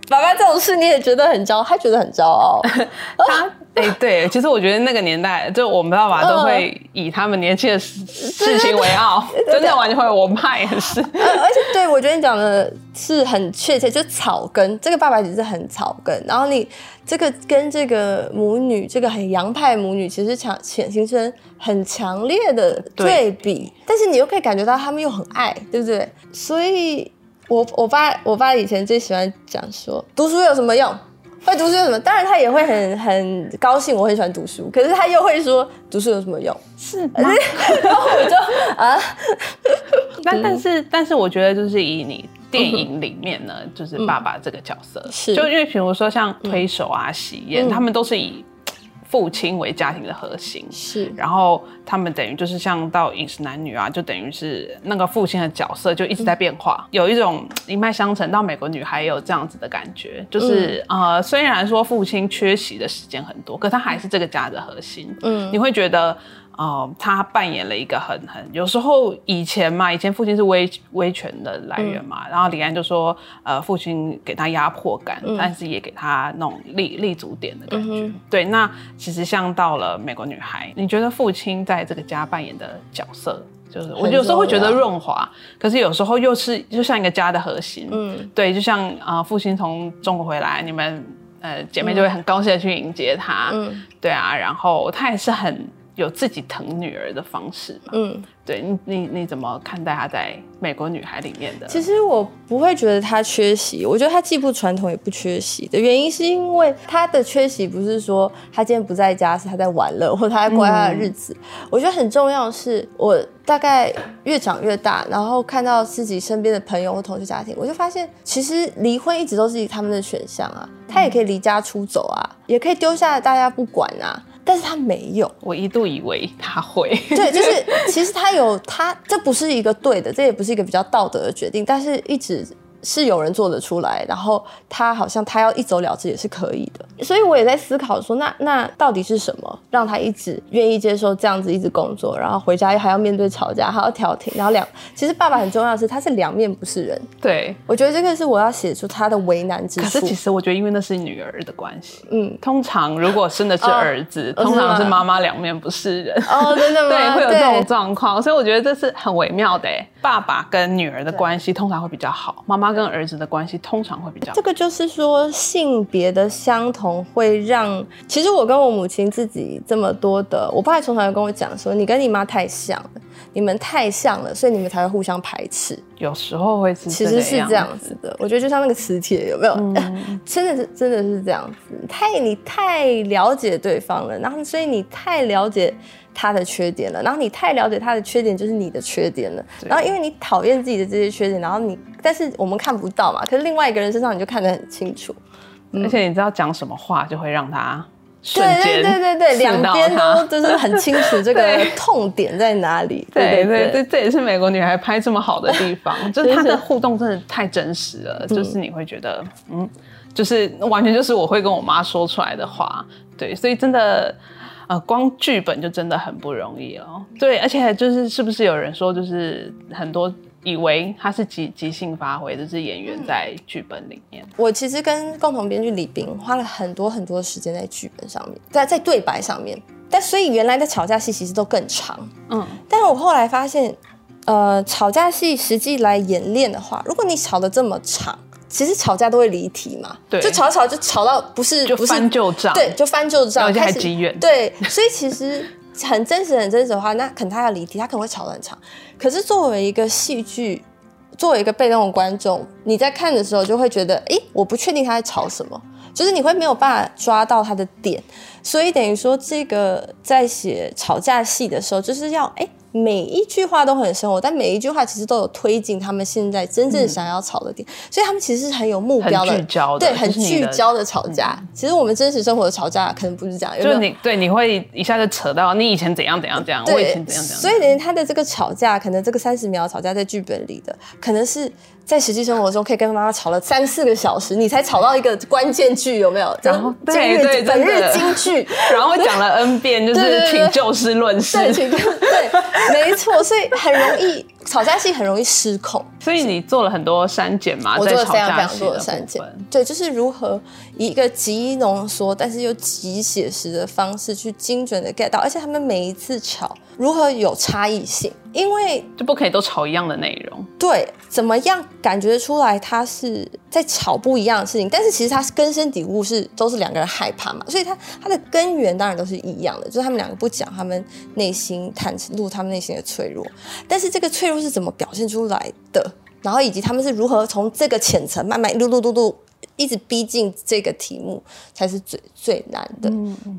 爸爸这种事你也觉得很骄傲，他觉得很骄傲。 他哎、欸，对，其实我觉得那个年代，就我们爸爸都会以他们年轻的事情为傲，真的完全会，我妈也是。 呃、而且对我觉得你讲的是很确切，就是草根，这个爸爸其实很草根，然后你这个跟这个母女，这个很洋派母女，其实强形成很强烈的对比，但是你又可以感觉到他们又很爱，对不对？所以我我爸我爸以前最喜欢讲说，读书有什么用？会读书有什么？当然他也会很很高兴，我很喜欢读书，可是他又会说读书有什么用？ 是吗？ 然后我就啊， 但但是但是我觉得就是以你电影里面呢，嗯、就是爸爸这个角色，是就因为比如说像推手啊、喜宴，嗯、他们都是以父亲为家庭的核心， 是， 然后他们等于就是像到饮食男女啊，就等于是那个父亲的角色就一直在变化，嗯、有一种一脉相承。到美国女孩也有这样子的感觉，就是、嗯、呃，虽然说父亲缺席的时间很多，可他还是这个家的核心。嗯，你会觉得。呃，他扮演了一个很很有时候以前嘛，以前父亲是威威权的来源嘛，嗯、然后李安就说，呃，父亲给他压迫感，嗯、但是也给他那种立立足点的感觉。嗯、对，那其实像到了美国女孩，你觉得父亲在这个家扮演的角色，就是我有时候会觉得润滑，可是有时候又是就像一个家的核心。嗯，对，就像呃，父亲从中国回来，你们呃姐妹就会很高兴的去迎接他。嗯，对啊，然后他也是很。有自己疼女儿的方式嘛？嗯，对你你你怎么看待她在美国女孩里面的？ 其实我不会觉得她缺席，我觉得她既不传统也不缺席的原因，是因为她的缺席不是说她今天不在家，是她在玩乐或她在过她的日子。嗯、我觉得很重要的是，我大概越长越大，然后看到自己身边的朋友或同学家庭，我就发现其实离婚一直都是他们的选项啊，他也可以离家出走啊，也可以丢下大家不管啊。但是他没有， 我一度以为他会。 对，就是其实他有他，这不是一个对的，这也不是一个比较道德的决定，但是一直是有人做得出来，然后他好像他要一走了之也是可以的。所以我也在思考说，那那到底是什么让他一直愿意接受这样子一直工作，然后回家还要面对吵架，还要调停，然后两其实爸爸很重要的是他是两面不是人。 对， 我觉得这个是我要写出他的为难之处。 可是其实我觉得因为那是女儿的关系，嗯，通常如果生的是儿子，哦、通常是妈妈两面不是人。 哦，真的吗？ 对，会有这种状况，所以我觉得这是很微妙的耶。爸爸跟女儿的关系通常会比较好，妈妈跟儿子的关系通常会比较好。 这个就是说性别的相同会让，其实我跟我母亲自己这么多的，我爸从小就跟我讲说，你跟你妈太像了，你们太像了，所以你们才会互相排斥。 有时候会是其实是这样子的，我觉得就像那个磁铁有没有？嗯、真的是真的是这样子，太你太了解对方了，然后所以你太了解他的缺点了，然后你太了解他的缺点就是你的缺点了，然后因为你讨厌自己的这些缺点，然后你但是我们看不到嘛，可是另外一个人身上你就看得很清楚， 嗯、而且你知道讲什么话就会让他瞬间对对对对对，两边都就是很清楚这个痛点在哪里。 对对对，这也是美国女孩拍这么好的地方，就是她的互动真的太真实了，就是你会觉得嗯，就是完全就是我会跟我妈说出来的话，对，所以真的。呃，光剧本就真的很不容易哦。对，而且就是是不是有人说，就是很多以为他是即即兴发挥，就是演员在剧本里面。 我其实跟共同编剧李冰花了很多很多时间在剧本上面，在在对白上面。但所以原来的吵架戏其实都更长，嗯。但是我后来发现，呃，吵架戏实际来演练的话，如果你吵得这么长。其实吵架都会离题嘛，对，就吵吵就吵到不是就翻旧账， 对，就翻旧账， 而且还积怨， 对，所以其实很真实、很真实的话，那可能他要离题，他可能会吵得很长。可是作为一个戏剧，作为一个被动的观众，你在看的时候就会觉得，哎，我不确定他在吵什么，就是你会没有办法抓到他的点，所以等于说，这个在写吵架戏的时候，就是要哎。每一句话都很生活，但每一句话其实都有推进他们现在真正想要吵的点，嗯、所以他们其实是很有目标的， 很聚焦的， 对，很聚焦的吵架。嗯、其实我们真实生活的吵架可能不是这样， 就是你对你会一下就扯到你以前怎样怎样怎样，我以前怎样怎样。 所以连他的这个吵架，可能这个三十秒的吵架在剧本里的，可能是在实际生活中可以跟妈妈吵了三四个小时，你才吵到一个关键句，有没有？ 然后对对本日金句， 然后讲了 N 遍，就是请就事论事， 对，请就对，没错，所以很容易吵架戏很容易失控， 所以你做了很多删减嘛？ 我做了非常非常在吵架戏多的删减，对，就是如何以一个极浓缩但是又极写实的方式去精准的 get 到，而且他们每一次吵如何有差异性，因为就不可以都吵一样的内容。 对，怎么样感觉出来他是在吵不一样的事情，但是其实他根深蒂固是都是两个人害怕嘛，所以他他的根源当然都是一样的，就是他们两个不讲他们内心袒露他们内心的脆弱，但是这个脆弱是怎么表现出来的，然后以及他们是如何从这个浅层慢慢一路路路路一直逼近这个题目，才是最最难的。嗯嗯，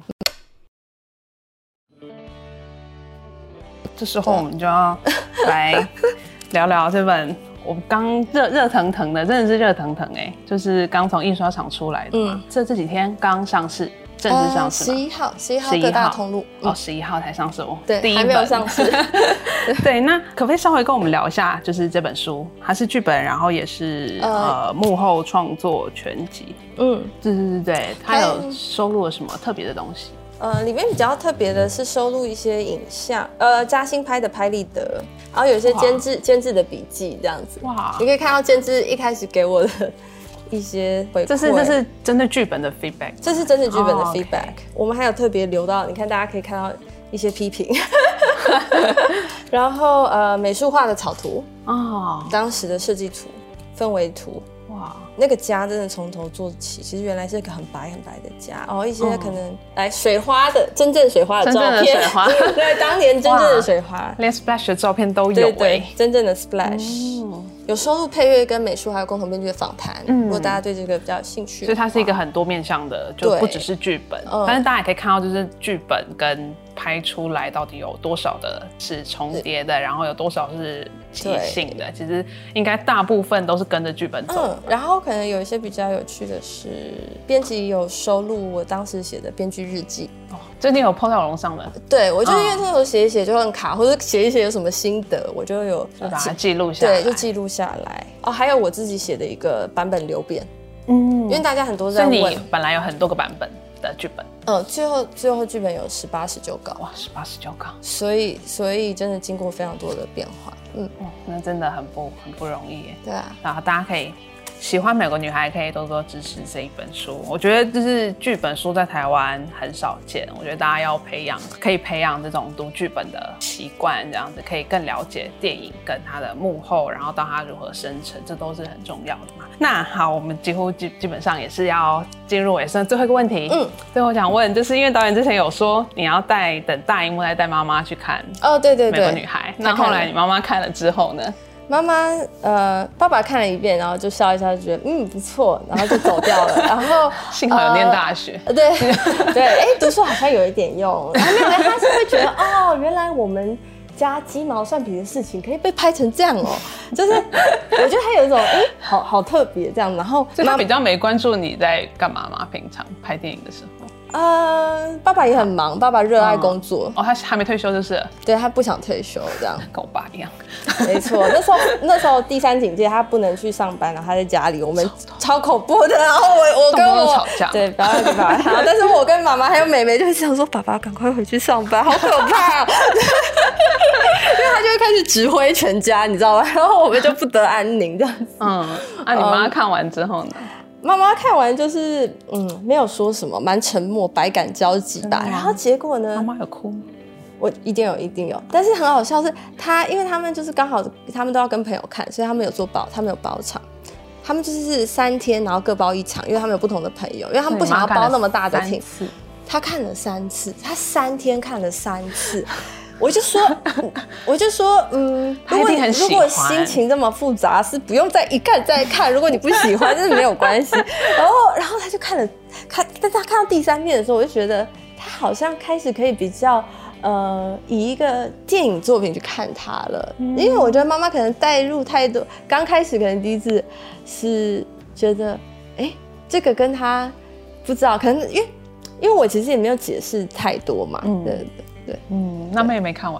这时候我们就要来聊聊这本我刚热热腾腾的，真的是热腾腾哎、欸，就是刚从印刷厂出来的嘛，嗯、这这几天刚上市，正式上市吗？ 十一号，十一号各大通路、 嗯、哦，十一号才上市哦， 对， 第一本还没有上市。 对，那可不可以稍微跟我们聊一下，就是这本书，它是剧本，然后也是呃, 呃幕后创作全集，嗯，对对对对，它有收录了什么特别的东西？ 呃，里面比较特别的是收录一些影像，呃，嘉欣拍的拍立得，然后有一些监制监制的笔记这样子。哇，你可以看到监制一开始给我的一些回馈， 这是这是针对剧本的 feedback， 这是针对剧本的 feedback、哦 okay。我们还有特别留到，你看大家可以看到一些批评，然后呃美术画的草图哦，当时的设计图、氛围图。哇，那个家真的从头做起，其实原来是一个很白很白的家，然后一些可能、嗯、来水花的真正水花的照片， 真正的水花， 对，当年真正的水花， 连 splash 的照片都有、欸， 对对，真正的 splash，、嗯、有收录配乐跟美术还有共同编剧的访谈、嗯，如果大家对这个比较有兴趣， 所以它是一个很多面向的，就不只是剧本，但是大家也可以看到，就是剧本跟拍出来到底有多少的是重叠的，然后有多少是即兴的，其实应该大部分都是跟着剧本走、嗯。 然后可能有一些比较有趣的是，编辑有收录我当时写的编剧日记。 哦，就你有 po 在网络上的？ 对，我就是因为那时候写一写就很卡，或者写一写有什么心得，我就有就把它记录下来， 对，就记录下来。哦，还有我自己写的一个版本流变，嗯，因为大家很多在问， 所以你本来有很多个版本的剧本。 嗯，最后最后剧本有十八十九稿， 哇，十八十九稿， 所以所以真的经过非常多的变化，嗯， 哦、那真的很不很不容易耶。 对啊， 然后大家可以喜欢美国女孩，可以多多支持这一本书。我觉得就是剧本书在台湾很少见，我觉得大家要培养，可以培养这种读剧本的习惯，这样子可以更了解电影跟它的幕后，然后到它如何生成，这都是很重要的嘛。那好，我们几乎基基本上也是要进入尾声，最后一个问题，嗯，最后想问，就是因为导演之前有说你要带等大荧幕来带妈妈去看哦，对对对， 美国女孩，那后来你妈妈看了之后呢？ 妈妈呃，爸爸看了一遍，然后就笑一笑，就觉得嗯不错，然后就走掉了。然后幸好有念大学， 呃、对对，哎，读书好像有一点用。然后没有，他是会觉得哦，原来我们家鸡毛蒜皮的事情可以被拍成这样哦，就是我觉得他有一种哎，好好特别这样。然后所以他比较没关注你在干嘛嘛，平常拍电影的时候。 呃，爸爸也很忙，爸爸热爱工作。 哦，他还没退休就是了。 对，他不想退休，这样跟我爸一样。 没错，那时候那时候第三警戒，他不能去上班，然后他在家里，我们超恐怖的。然后我我跟我吵架， 对，不要跟爸爸吵。但是我跟妈妈还有妹妹就想说，爸爸赶快回去上班，好可怕、喔。因为他就会开始指挥全家，你知道吗？然后我们就不得安宁这样子。 嗯，那、啊、你妈看完之后呢？ 妈妈看完就是嗯，没有说什么，蛮沉默，百感交集吧。然后结果呢？ 妈妈有哭吗？ 我一定有，一定有。但是很好笑是，他因为他们就是刚好，他们都要跟朋友看，所以他们有做包，他们有包场。他们就是三天，然后各包一场，因为他们有不同的朋友，因为他们不想要包那么大的厅。他看了三次，他三天看了三次。我就说，我就说，嗯，如果如果心情这么复杂，是不用再一看再看。如果你不喜欢，真的没有关系。然后，然后他就看了，看，但他看到第三遍的时候，我就觉得他好像开始可以比较，呃，以一个电影作品去看他了。嗯、因为我觉得妈妈可能带入太多，刚开始可能第一次是觉得，哎、欸，这个跟他不知道，可能因为因为我其实也没有解释太多嘛，嗯，对对。对， 嗯，那妹妹看完之后，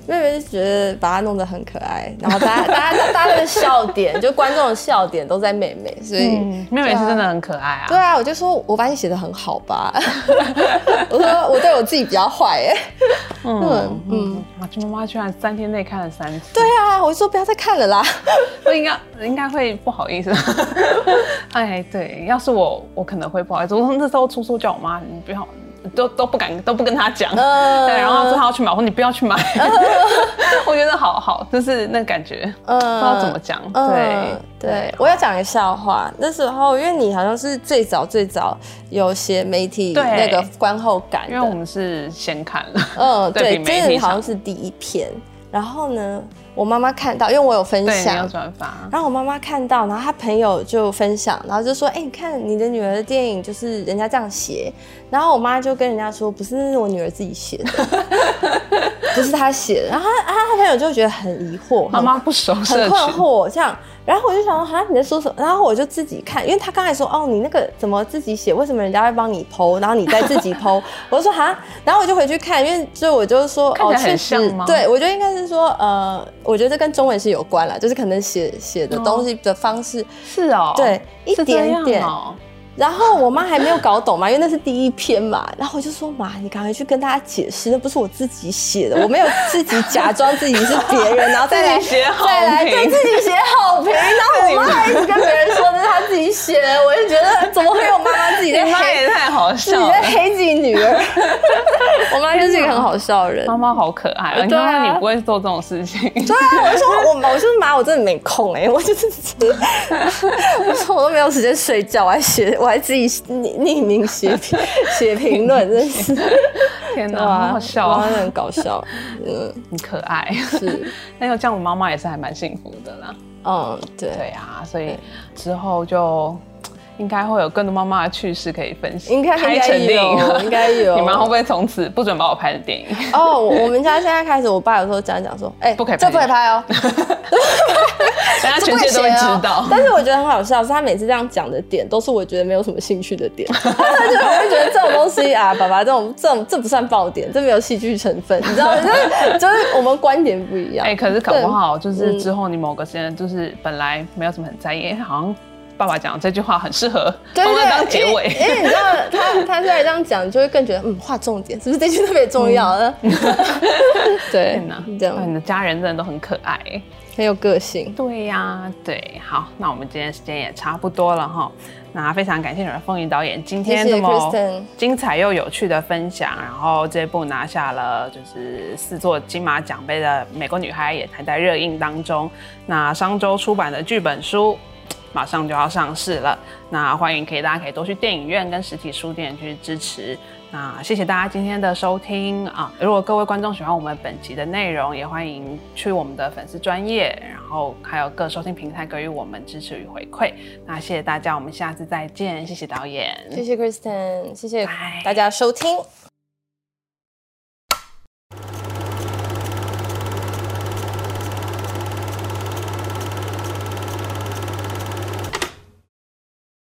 妹妹就觉得把她弄得很可爱，然后大家大家大家的笑点，就观众的笑点都在妹妹，所以、 嗯、妹妹是真的很可爱啊。 对啊，我就说我把你写得很好吧，我说我对我自己比较坏哎。 嗯嗯，马俊妈妈居然三天内看了三次。 对啊，我就说不要再看了啦。 我应该应该会不好意思。哎，对，要是我我可能会不好意思。我那时候出书叫我妈，你不要。都都不敢都不跟他讲，呃、对，然后说他要去买，我说你不要去买，呃、我觉得好好，就是那感觉，呃、不知道怎么讲，呃、对对，我要讲一个笑话，那时候因为你好像是最早最早有写媒体那个观后感的， 因为我们是先看了， 嗯，对，真的好像是第一篇，然后呢。我妈妈看到，因为我有分享， 有转发。 然后我妈妈看到，然后她朋友就分享，然后就说：“哎、欸，你看你的女儿的电影，就是人家这样写。”然后我妈就跟人家说：“不是，那是我女儿自己写的，不是她写的。”然后她她朋友就觉得很疑惑， 妈妈不熟社群， 很困惑这样。然后我就想说：“哈，你在说什么？”然后我就自己看，因为她刚才说：“哦，你那个怎么自己写？为什么人家会帮你 po， 然后你再自己 po？” 我就说：“哈。”然后我就回去看，因为就我就说：“ 哦，确实， 对，我觉得应该是说，呃，我觉得跟中文是有关啦，就是可能写写的东西的方式、哦、 是哦， 对，一点点。 哦、 然后我妈还没有搞懂嘛，因为那是第一篇嘛。然后我就说妈，你赶快去跟大家解释，那不是我自己写的，我没有自己假装自己是别人，然后再来写好再来对自己写好评。然后我妈还一直跟别人说那是她自己写的，我就觉得怎么会有妈妈自己在黑？ 你妈也太好笑了， 自己在黑自己女儿。我妈就是一个很好笑的人， 妈妈好可爱啊！你看你不会做这种事情。 对啊，我就说我我就是妈，我真的没空哎、欸，我就是我说我都没有时间睡觉，我还写，我还自己匿名写写评论，真是天哪，好好笑啊， 真的很搞笑， 嗯，很可爱。 是， 那有这样，我妈妈也是还蛮幸福的啦。 嗯，对， 对啊，所以之后就。应该会有更多妈妈的趣事可以分享， 应该拍成电影， 应该有。 你妈会不会从此不准把我拍成电影？ 哦，我们家现在开始，我爸有时候讲讲说，哎、欸， 不可以拍， 这不可以拍哦， 大家全世界都会知道。 但是我觉得很好笑，是他每次这样讲的点，都是我觉得没有什么兴趣的点。就我会觉得这种东西啊，爸爸这种这种这不算爆点，这没有戏剧成分，你知道吗？就是就是我们观点不一样。 哎、欸，可是搞不好就是之后你某个时间就是本来没有什么很在意，好像。爸爸讲这句话很适合放在当结尾， 因为你知道他他虽然这样讲，就会更觉得嗯划重点，是不是这句特别重要呢？嗯、对， 这样你的家人真的都很可爱， 很有个性。 对呀、啊，对，好，那我们今天时间也差不多了哈。那非常感谢阮凤仪导演今天这么精彩又有趣的分享，然后这部拿下了就是四座金马奖杯的《美国女孩》也还在热映当中。那商周出版的剧本书。马上就要上市了，那欢迎可以大家可以多去电影院跟实体书店去支持。那谢谢大家今天的收听啊！如果各位观众喜欢我们本集的内容，也欢迎去我们的粉丝专页，然后还有各收听平台给予我们支持与回馈。那谢谢大家，我们下次再见，谢谢导演， 谢谢 Kristen， 谢谢大家收听。